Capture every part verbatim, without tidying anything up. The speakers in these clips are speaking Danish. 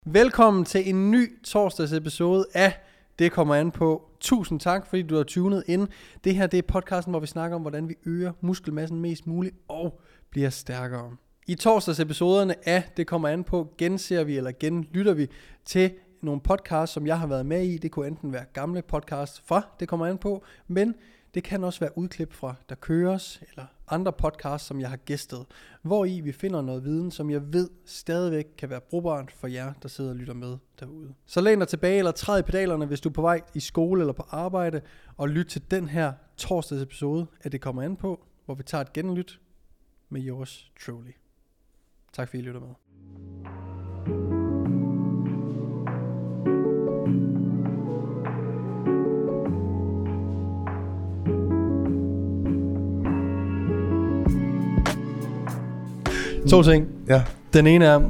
Velkommen til en ny torsdags episode af Det kommer an på. Tusind tak, fordi du har tunet ind. Det her det er podcasten, hvor vi snakker om, hvordan vi øger muskelmassen mest muligt og bliver stærkere. I torsdags episoderne af Det kommer an på, genser vi eller genlytter vi til nogle podcasts, som jeg har været med i. Det kunne enten være gamle podcasts fra Det kommer an på, men det kan også være udklip fra Der køres, eller andre podcasts, som jeg har gæstet, hvor i vi finder noget viden, som jeg ved stadigvæk kan være brugbart for jer, der sidder og lytter med derude. Så læn dig tilbage eller træd i pedalerne, hvis du er på vej i skole eller på arbejde, og lyt til den her torsdags episode af Det kommer an på, hvor vi tager et genlyt med yours truly. Tak fordi I lytter med. To ting. Ja. Den ene er,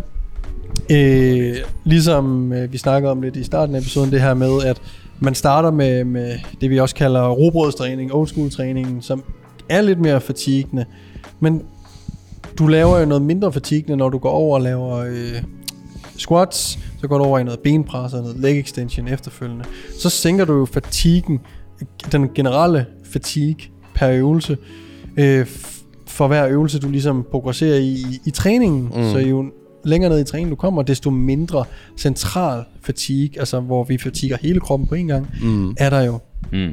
øh, ligesom øh, vi snakkede om lidt i starten af episoden, det her med, at man starter med, med det, vi også kalder rugbrødstræning, old school træningen, som er lidt mere fatigende. Men du laver jo noget mindre fatigende, når du går over og laver øh, squats, så går du over i noget benpres og noget leg extension efterfølgende. Så sænker du jo fatiguen, den generelle fatigue per øvelse, øh, for hver øvelse, du ligesom progresserer i, i, i træningen. Mm. Så jo længere ned i træningen du kommer, desto mindre central fatigue, altså hvor vi fatiger hele kroppen på en gang, mm. er der jo. Mm.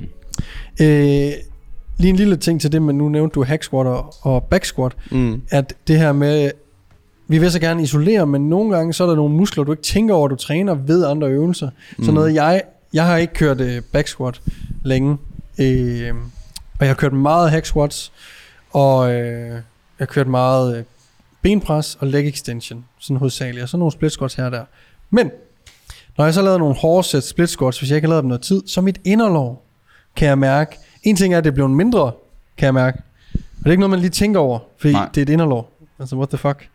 Øh, lige en lille ting til det, men nu nævnte du hack squat og, og back squat, mm. at det her med, vi vil så gerne isolere, men nogle gange så er der nogle muskler, du ikke tænker over, du træner ved andre øvelser. Mm. Så noget, jeg, jeg har ikke kørt uh, back squat længe, øh, og jeg har kørt meget hack squats, og øh, jeg har kørt meget øh, benpres og leg extension, sådan hovedsageligt, og så nogle split squats her og der. Men når jeg så lavede nogle hårde sæt split squats, hvis jeg ikke har lavet dem noget tid, så mit inderlov kan jeg mærke. En ting er, at det bliver mindre, kan jeg mærke. Og det er ikke noget, man lige tænker over, fordi Nej. det er et inderlov. Altså, what the fuck.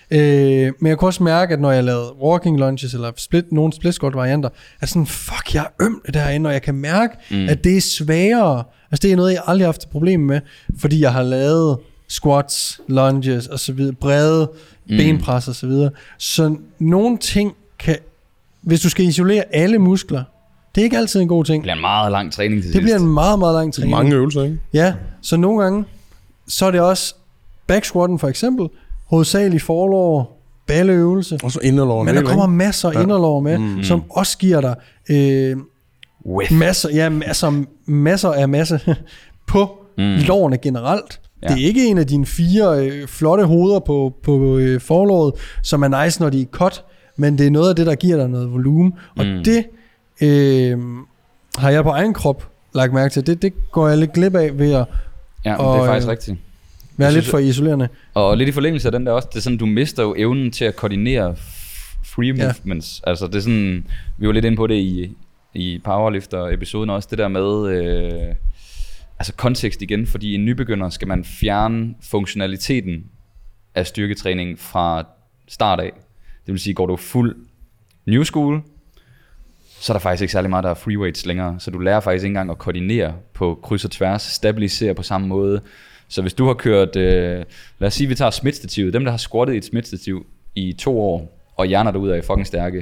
Øh, men jeg kunne også mærke, at når jeg lavede walking lunges, eller split, nogle split squat varianter, at sådan, fuck, jeg er øm derinde, og jeg kan mærke, mm. at det er sværere. Altså, det er noget, jeg aldrig har haft et problem med, fordi jeg har lavet squats, lunges, og så videre, brede mm. benpres, og så videre. Så nogle ting kan, hvis du skal isolere alle muskler, det er ikke altid en god ting. Det bliver en meget lang træning til Det sidst. bliver en meget, meget lang træning. Mange øvelser, ikke? Ja, så nogle gange, så er det også back squatten for eksempel, hovedsageligt forlår, balleøvelse. Og så inderlår. Men der kommer masser af ja. inderlår med, mm. som også giver dig øh, masser, ja, masser, masser af masse på mm. lårene generelt. Ja. Det er ikke en af dine fire øh, flotte hoveder på, på øh, forlåret, som er nice, når de er cut, men det er noget af det, der giver dig noget volumen. Og mm. det øh, har jeg på egen krop lagt mærke til. Det, det går jeg lidt glip af ved at... Ja, og, det er faktisk øh, rigtigt. Være lidt for isolerende. Og lidt i forlængelse af den der også, det er sådan, du mister jo evnen til at koordinere free movements. Ja. Altså det er sådan, vi var lidt inde på det i, i powerlifter-episoden også, det der med, øh, altså kontekst igen, fordi en nybegynder skal man fjerne funktionaliteten af styrketræning fra start af. Det vil sige, går du fuld new school, så er der faktisk ikke særlig meget, der er free weights længere. Så du lærer faktisk ikke engang at koordinere på kryds og tværs, stabilisere på samme måde. Så hvis du har kørt, øh, lad os sige, vi tager Smith-stativet, dem der har squattet i et Smith-stativ i to år, og hjerner derude er fucking stærke,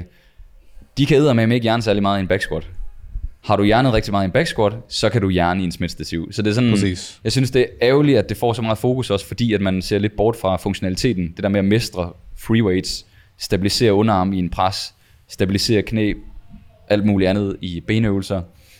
de kan eddermame ikke hjerne særlig meget i en back squat. Har du hjernet rigtig meget i en back squat, så kan du hjerne i en Smith-stativ. Så det er sådan, Præcis. Jeg synes det er ærgerligt, at det får så meget fokus også, fordi at man ser lidt bort fra funktionaliteten. Det der med at mestre free weights, stabilisere underarm i en pres, stabilisere knæ, alt muligt andet i benøvelser.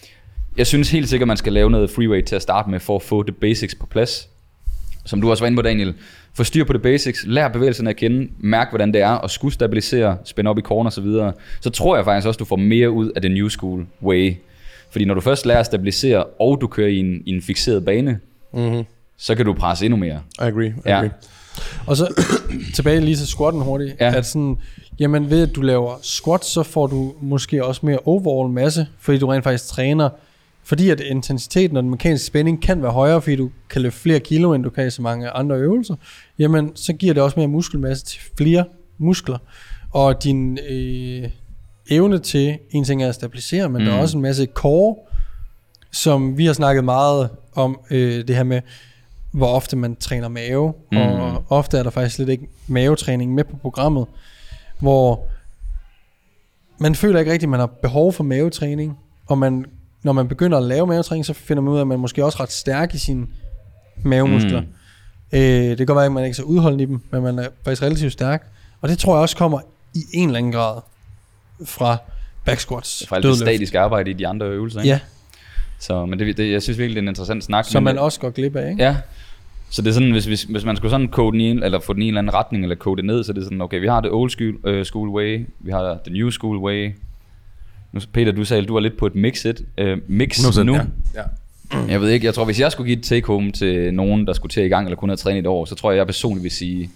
Jeg synes helt sikkert, man skal lave noget freeweight til at starte med, for at få det basics på plads. Som du også var inde på, Daniel. Få styr på det basics, lær bevægelserne at kende, mærk hvordan det er, og skulle stabilisere, spænde op i corner og så videre. Så tror jeg faktisk også, du får mere ud af det new school way. Fordi når du først lærer at stabilisere, og du kører i en, i en fikseret bane, mm-hmm. så kan du presse endnu mere. I agree, I ja. agree. Og så tilbage lige til squatten hurtigt. Ja. At sådan, jamen ved at du laver squats, så får du måske også mere overall masse, fordi du rent faktisk træner. Fordi at intensiteten og den mekaniske spænding kan være højere, fordi du kan løfte flere kilo, end du kan i så mange andre øvelser, jamen så giver det også mere muskelmasse til flere muskler. Og din øh, evne til, en ting er at stabilisere, men mm. der er også en masse core, som vi har snakket meget om, øh, det her med, hvor ofte man træner mave, mm. og ofte er der faktisk lidt ikke mavetræning med på programmet, hvor man føler ikke rigtigt, at man har behov for mavetræning, og man, når man begynder at lave mavetræning, så finder man ud af, at man måske også er ret stærk i sine mavemuskler. Mm. Øh, det kan godt være, at man ikke er så udholdende i dem, men man er faktisk relativt stærk. Og det tror jeg også kommer i en eller anden grad fra back squats. Fra alt det statiske arbejde i de andre øvelser, ikke? Ja. Så, men det, det, jeg synes virkelig, det er en interessant snak. Som man det, også går glip af, ikke? Ja. Så det er sådan, hvis, hvis, hvis man skulle sådan kode den i en, eller få den i en eller anden retning, eller kode det ned, så det er sådan, okay, vi har det old school, uh, school way, vi har the new school way. Nu, Peter, du sagde, at du var lidt på et mixet uh, mix nu. Ja. Ja. Jeg ved ikke, jeg tror, hvis jeg skulle give et take home til nogen, der skulle til i gang, eller kun have trænet et år, så tror jeg, jeg personligt vil sige,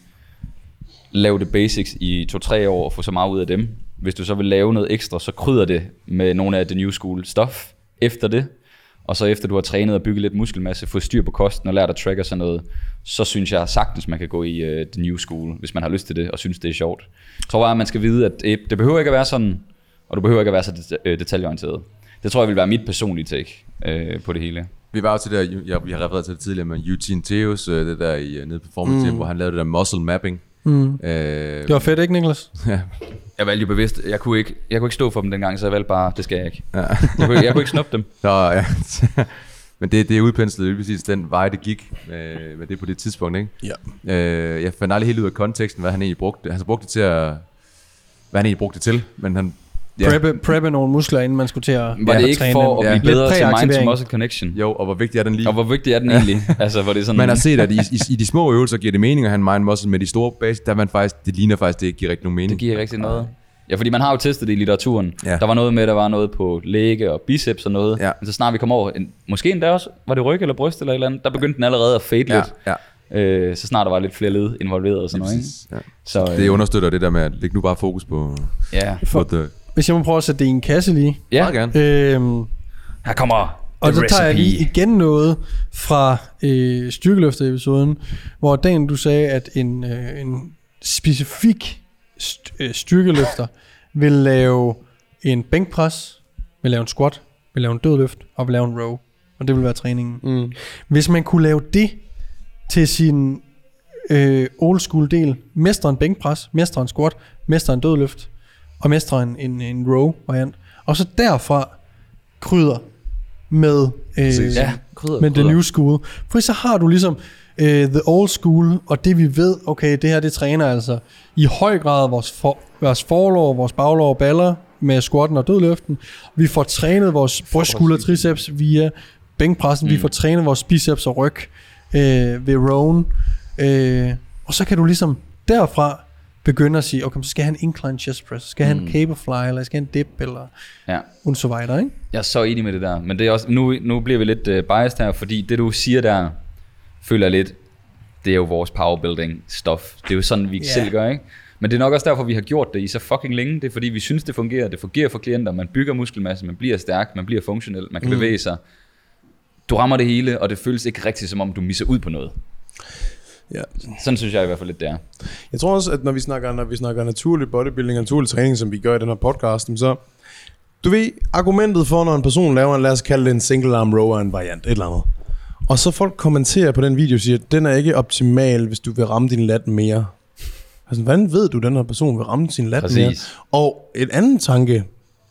lav det basics i to-tre år, og få så meget ud af dem. Hvis du så vil lave noget ekstra, så krydder det med nogle af det new school stuff efter det. Og så efter du har trænet og bygget lidt muskelmasse, fået styr på kosten og lært at track og sådan noget, så synes jeg sagtens, man kan gå i uh, the new school, hvis man har lyst til det og synes, det er sjovt. Jeg tror bare, at man skal vide, at det, det behøver ikke at være sådan, og du behøver ikke at være så det, detaljeorienteret. Det tror jeg vil være mit personlige take uh, på det hele. Vi var jo til det der, jeg, jeg har refereret til det tidligere med Eugene Theos, uh, det der i uh, nede Performance Gym, mm. hvor han lavede det der muscle mapping. Mm. Uh, det var fedt, ikke, Niklas? Ja. Jeg valgte jo bevidst, jeg kunne ikke, jeg kunne ikke stå for dem dengang, så jeg valgte bare, det skal jeg ikke. Ja. jeg, kunne, jeg kunne ikke snuppe dem. Nå, ja. Men det, det er udpenslet lige præcis den vej, det gik med, med det på det tidspunkt, ikke? Ja. Øh, jeg fandt aldrig helt ud af konteksten, hvad han egentlig brugte. Han brugte det til at, hvad han egentlig brugte det til, men han... Ja. Preppe, preppe nogle muskler, inden man skulle til at Var det ja, ikke træne for dem. at blive ja. bedre til mind-to-muscle connection? Jo, og hvor vigtig er den lige? Og hvor vigtig er den egentlig? altså, hvor det er sådan... Man har set, at i, i, i de små øvelser giver det mening at have mind-muscle, med de store base, der man faktisk, det ligner faktisk, det ikke giver rigtig nogen mening. Det giver ikke rigtig noget. Ja, fordi man har jo testet det i litteraturen. Ja. Der var noget med, der var noget på læge og biceps og noget. Ja. Men så snart vi kom over, en, måske endda også, var det ryg eller bryst eller et eller andet, der begyndte den allerede at fade ja. lidt. Ja. Øh, så snart der var lidt flere led involveret og sådan noget. Ikke? Ja. Så, øh, det understøtter det der med at lægge nu bare fokus på... Ja. på the, Hvis jeg må prøve at sætte det i en kasse lige. Ja, meget gerne. Øhm, Her kommer Og så tager jeg lige igen noget fra øh, styrkeløfter-episoden, hvor Dan, du sagde, at en, øh, en specifik st- øh, styrkeløfter vil lave en bænkpres, vil lave en squat, vil lave en dødløft og vil lave en row. Og det vil være træningen. Mm. Hvis man kunne lave det til sin øh, old school del, mestre en bænkpres, mestre en squat, mestre en dødløft, og mestre en, en, en row variant, og så derfra krydder med, øh, ja, krydder, med krydder. the new school. For så har du ligesom øh, the old school, og det vi ved, okay, det her det træner altså i høj grad vores, for, vores forlår, vores baglår og baller med squatten og dødløften. Vi får trænet vores brystskulder og triceps via bænkpressen. Mm. Vi får trænet vores biceps og ryg øh, ved rowen. Øh, og så kan du ligesom derfra begynde at sige, okay, så skal jeg have en incline chest press, skal jeg have mm. en cable fly, eller skal jeg have en dip, eller ja. und så videre, ikke? Jeg er så enig med det der, men det er også, nu, nu bliver vi lidt uh, biased her, fordi det du siger der, føler jeg lidt, det er jo vores powerbuilding stuff. Det er jo sådan, vi yeah. selv gør, ikke? Men det er nok også derfor, vi har gjort det i så fucking længe. Det er fordi, vi synes, det fungerer. Det fungerer for klienter. Man bygger muskelmasse, man bliver stærk, man bliver funktionel, man kan mm. bevæge sig. Du rammer det hele, og det føles ikke rigtigt, som om du misser ud på noget. Ja. Sådan synes jeg i hvert fald lidt, det er. Jeg tror også, at når vi snakker, når vi snakker naturlig bodybuilding og naturlig træning, som vi gør i den her podcast, så du ved, argumentet for, når en person laver en, lad os kalde det en single arm rower, en variant, et eller andet. Og så folk kommenterer på den video og siger, at den er ikke optimal, hvis du vil ramme din lat mere. Altså, hvordan ved du, at den her person vil ramme sin lat mere? Og et andet tanke,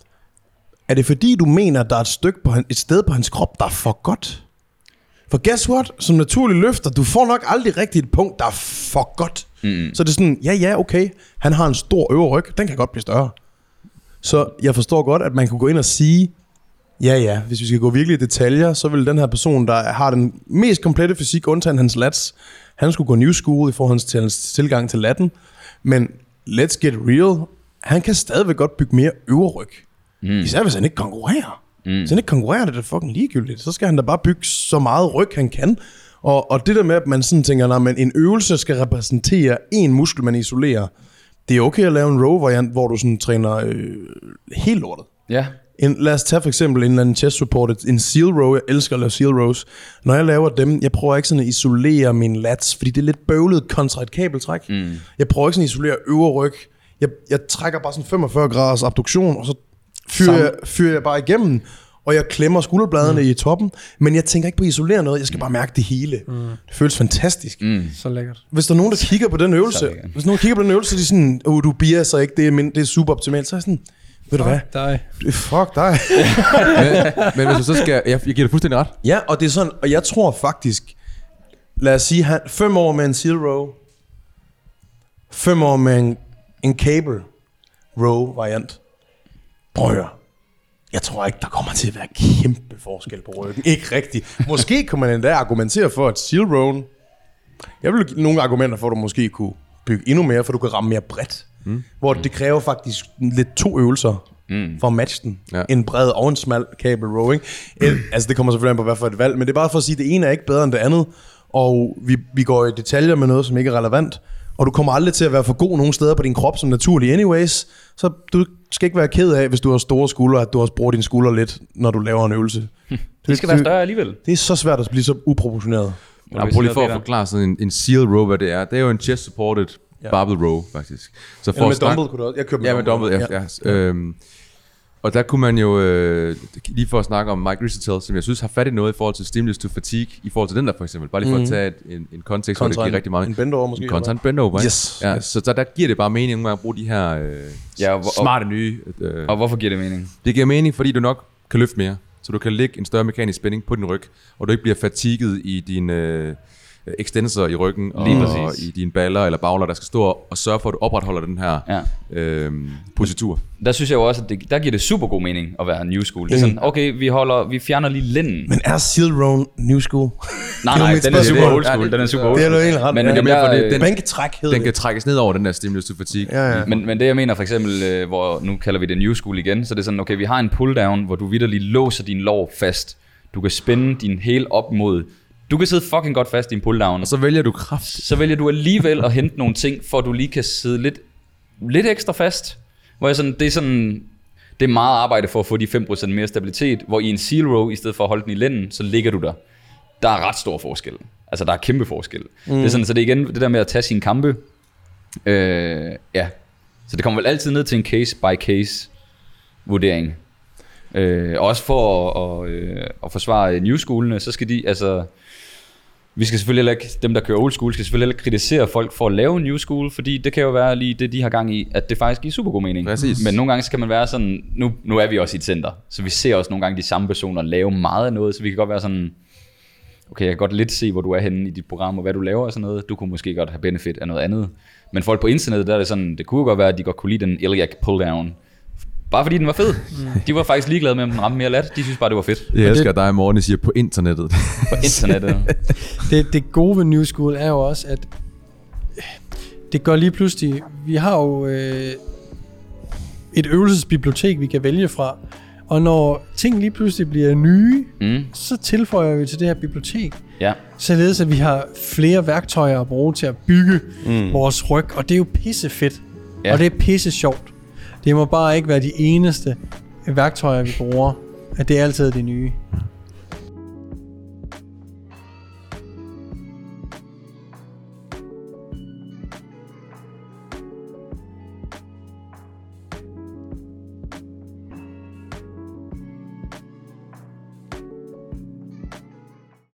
er det fordi, du mener, at der er et, stykke på, et sted på hans krop, der er for godt? For guess what? Som naturlig løfter, du får nok aldrig rigtigt et punkt, der er for godt. Mm. Så det er sådan, ja ja, okay, han har en stor øvre ryg, den kan godt blive større. Så jeg forstår godt, at man kunne gå ind og sige, ja ja, hvis vi skal gå virkelig i detaljer, så vil den her person, der har den mest komplette fysik, undtagen hans lats, han skulle gå new school i forhold til hans tilgang til latten. Men let's get real, han kan stadigvæk godt bygge mere øvre ryg. Mm. Især hvis han ikke konkurrerer. Mm. Hvis han ikke konkurrerer, det er fucking ligegyldigt. Så skal han da bare bygge så meget ryg, han kan. Og, og det der med, at man sådan tænker, at en øvelse skal repræsentere en muskel, man isolerer. Det er okay at lave en row-variant, hvor du sådan træner øh, helt lortet. Ja. En, lad os tage for eksempel en eller anden chest support, en seal row. Jeg elsker at lave seal rows. Når jeg laver dem, jeg prøver ikke sådan at isolere mine lats, fordi det er lidt bøvlet kontra et kabeltræk. Mm. Jeg prøver ikke sådan at isolere øvre ryg. Jeg, jeg trækker bare sådan femogfyrre graders abduktion, og så fyrer jeg, fyrer jeg bare igennem, og jeg klemmer skulderbladene mm. i toppen, men jeg tænker ikke på at isolere noget, jeg skal bare mærke det hele. Mm. Det føles fantastisk. Mm. Så lækkert. Hvis der er nogen, der kigger på den øvelse, hvis nogen kigger på den øvelse, så er de sådan, oh, du bier så ikke, det er, min, det er super optimalt, så er jeg sådan, Ved du hvad? dig. Fuck dig. men, men hvis du så skal... Jeg, jeg giver dig fuldstændig ret. Ja, og det er sådan, og jeg tror faktisk, lad os sige, han, fem år med en seal row, fem år med en, en cable row variant. Prøv at høre. Jeg tror ikke, der kommer til at være kæmpe forskel på ryggen. Ikke rigtigt. Måske kan man endda argumentere for, at seal rowen, jeg vil give nogle argumenter for, at du måske kunne bygge endnu mere, for du kan ramme mere bredt. Mm. Hvor det kræver faktisk lidt to øvelser mm. for at matche den. Ja. En bred og en smal cable row, ikke? Mm. Altså det kommer selvfølgelig an på, hvad for et valg, men det er bare for at sige, at det ene er ikke bedre end det andet, og vi, vi går i detaljer med noget, som ikke er relevant, og du kommer aldrig til at være for god nogen steder på din krop som naturlig anyways, så du skal ikke være ked af, hvis du har store skuldre, at du også bruger dine skuldre lidt, når du laver en øvelse. Det skal være større alligevel. Det er så svært at blive så uproportioneret. Ja, prøv lige for at forklare sådan en, en seal row, hvad det er. Det er jo en chest-supported ja. barbell row, faktisk. Så for ja, med snak... dumbbell kunne du også. Jeg købte med ja, med dumbbell, ja. ja. ja. Øhm, og der kunne man jo, øh, lige for at snakke om Mike Risatil, som jeg synes har fat i noget i forhold til stimulus to fatigue, i forhold til den der for eksempel. Bare lige for mm. at tage et, en, en kontekst, hvor det giver rigtig meget. En bendover måske. En kontra en bendover, yes, ja. yes. Så der, der giver det bare mening at bruge de her øh, ja, og, smarte nye... Øh, og hvorfor giver det mening? Det giver mening, fordi du nok kan løfte mere. Så du kan lægge en større mekanisk spænding på din ryg, og du ikke bliver fatiget i din... Øh, extensor i ryggen og, og i dine baller eller bagler, der skal stå og sørge for, at du opretholder den her ja. øhm, positur. Der synes jeg jo også, at det, der giver det super god mening at være new school. Det er sådan, okay, vi holder, vi fjerner lige lænden. Men er seal row new school? Nej, nej, den er super old school. Den er super old school. Det er jo helt ret. Men, men men der, jeg, den, bænketræk hedder den kan trækkes ned over den der stimulus to fatigue. Ja, ja. Men, men det jeg mener for eksempel, hvor nu kalder vi det new school igen, så det er sådan, okay, vi har en pull down, hvor du vitterligt låser din lår fast. Du kan spænde din hæl op mod. Du kan sidde fucking godt fast i en pulldown. Og så vælger du kraft. Så vælger du alligevel at hente nogle ting, for at du lige kan sidde lidt, lidt ekstra fast. Hvor jeg sådan, det er sådan, det er meget arbejde for at få de fem procent mere stabilitet, hvor i en seal row, i stedet for at holde den i lænden, så ligger du der. Der er ret stor forskel. Altså der er kæmpe forskel. Mm. Det er sådan, så det er igen det der med at tage sine kampe. Øh, ja. Så det kommer vel altid ned til en case by case vurdering. Øh, også for at, at, øh, at forsvare new schoolene, så skal de, altså, vi skal selvfølgelig ikke, dem der kører old school, skal selvfølgelig ikke kritisere folk for at lave en new school, fordi det kan jo være lige det, de har gang i, at det faktisk giver super god mening. Præcis. Men nogle gange skal man være sådan, nu, nu er vi også i et center, så vi ser også nogle gange de samme personer lave meget af noget, så vi kan godt være sådan, okay, jeg kan godt lidt se, hvor du er henne i dit program, og hvad du laver og sådan noget, du kunne måske godt have benefit af noget andet. Men folk på internettet, der er det sådan, det kunne jo godt være, at de godt kunne lide den iliac pull-down, bare fordi den var fed. Mm. De var faktisk ligeglade med, om den ramte mere lat. De synes bare, det var fedt. Jeg elsker dig, Morten, siger på internettet. På internettet. det, det gode ved New School er jo også, at det går lige pludselig... Vi har jo øh, et øvelsesbibliotek, vi kan vælge fra. Og når ting lige pludselig bliver nye, mm. så tilføjer vi til det her bibliotek. Ja. Således at vi har flere værktøjer at bruge til at bygge mm. vores ryg. Og det er jo pisse fedt. Ja. Og det er pisse sjovt. Det må bare ikke være de eneste værktøjer, vi bruger. At det er altid det nye.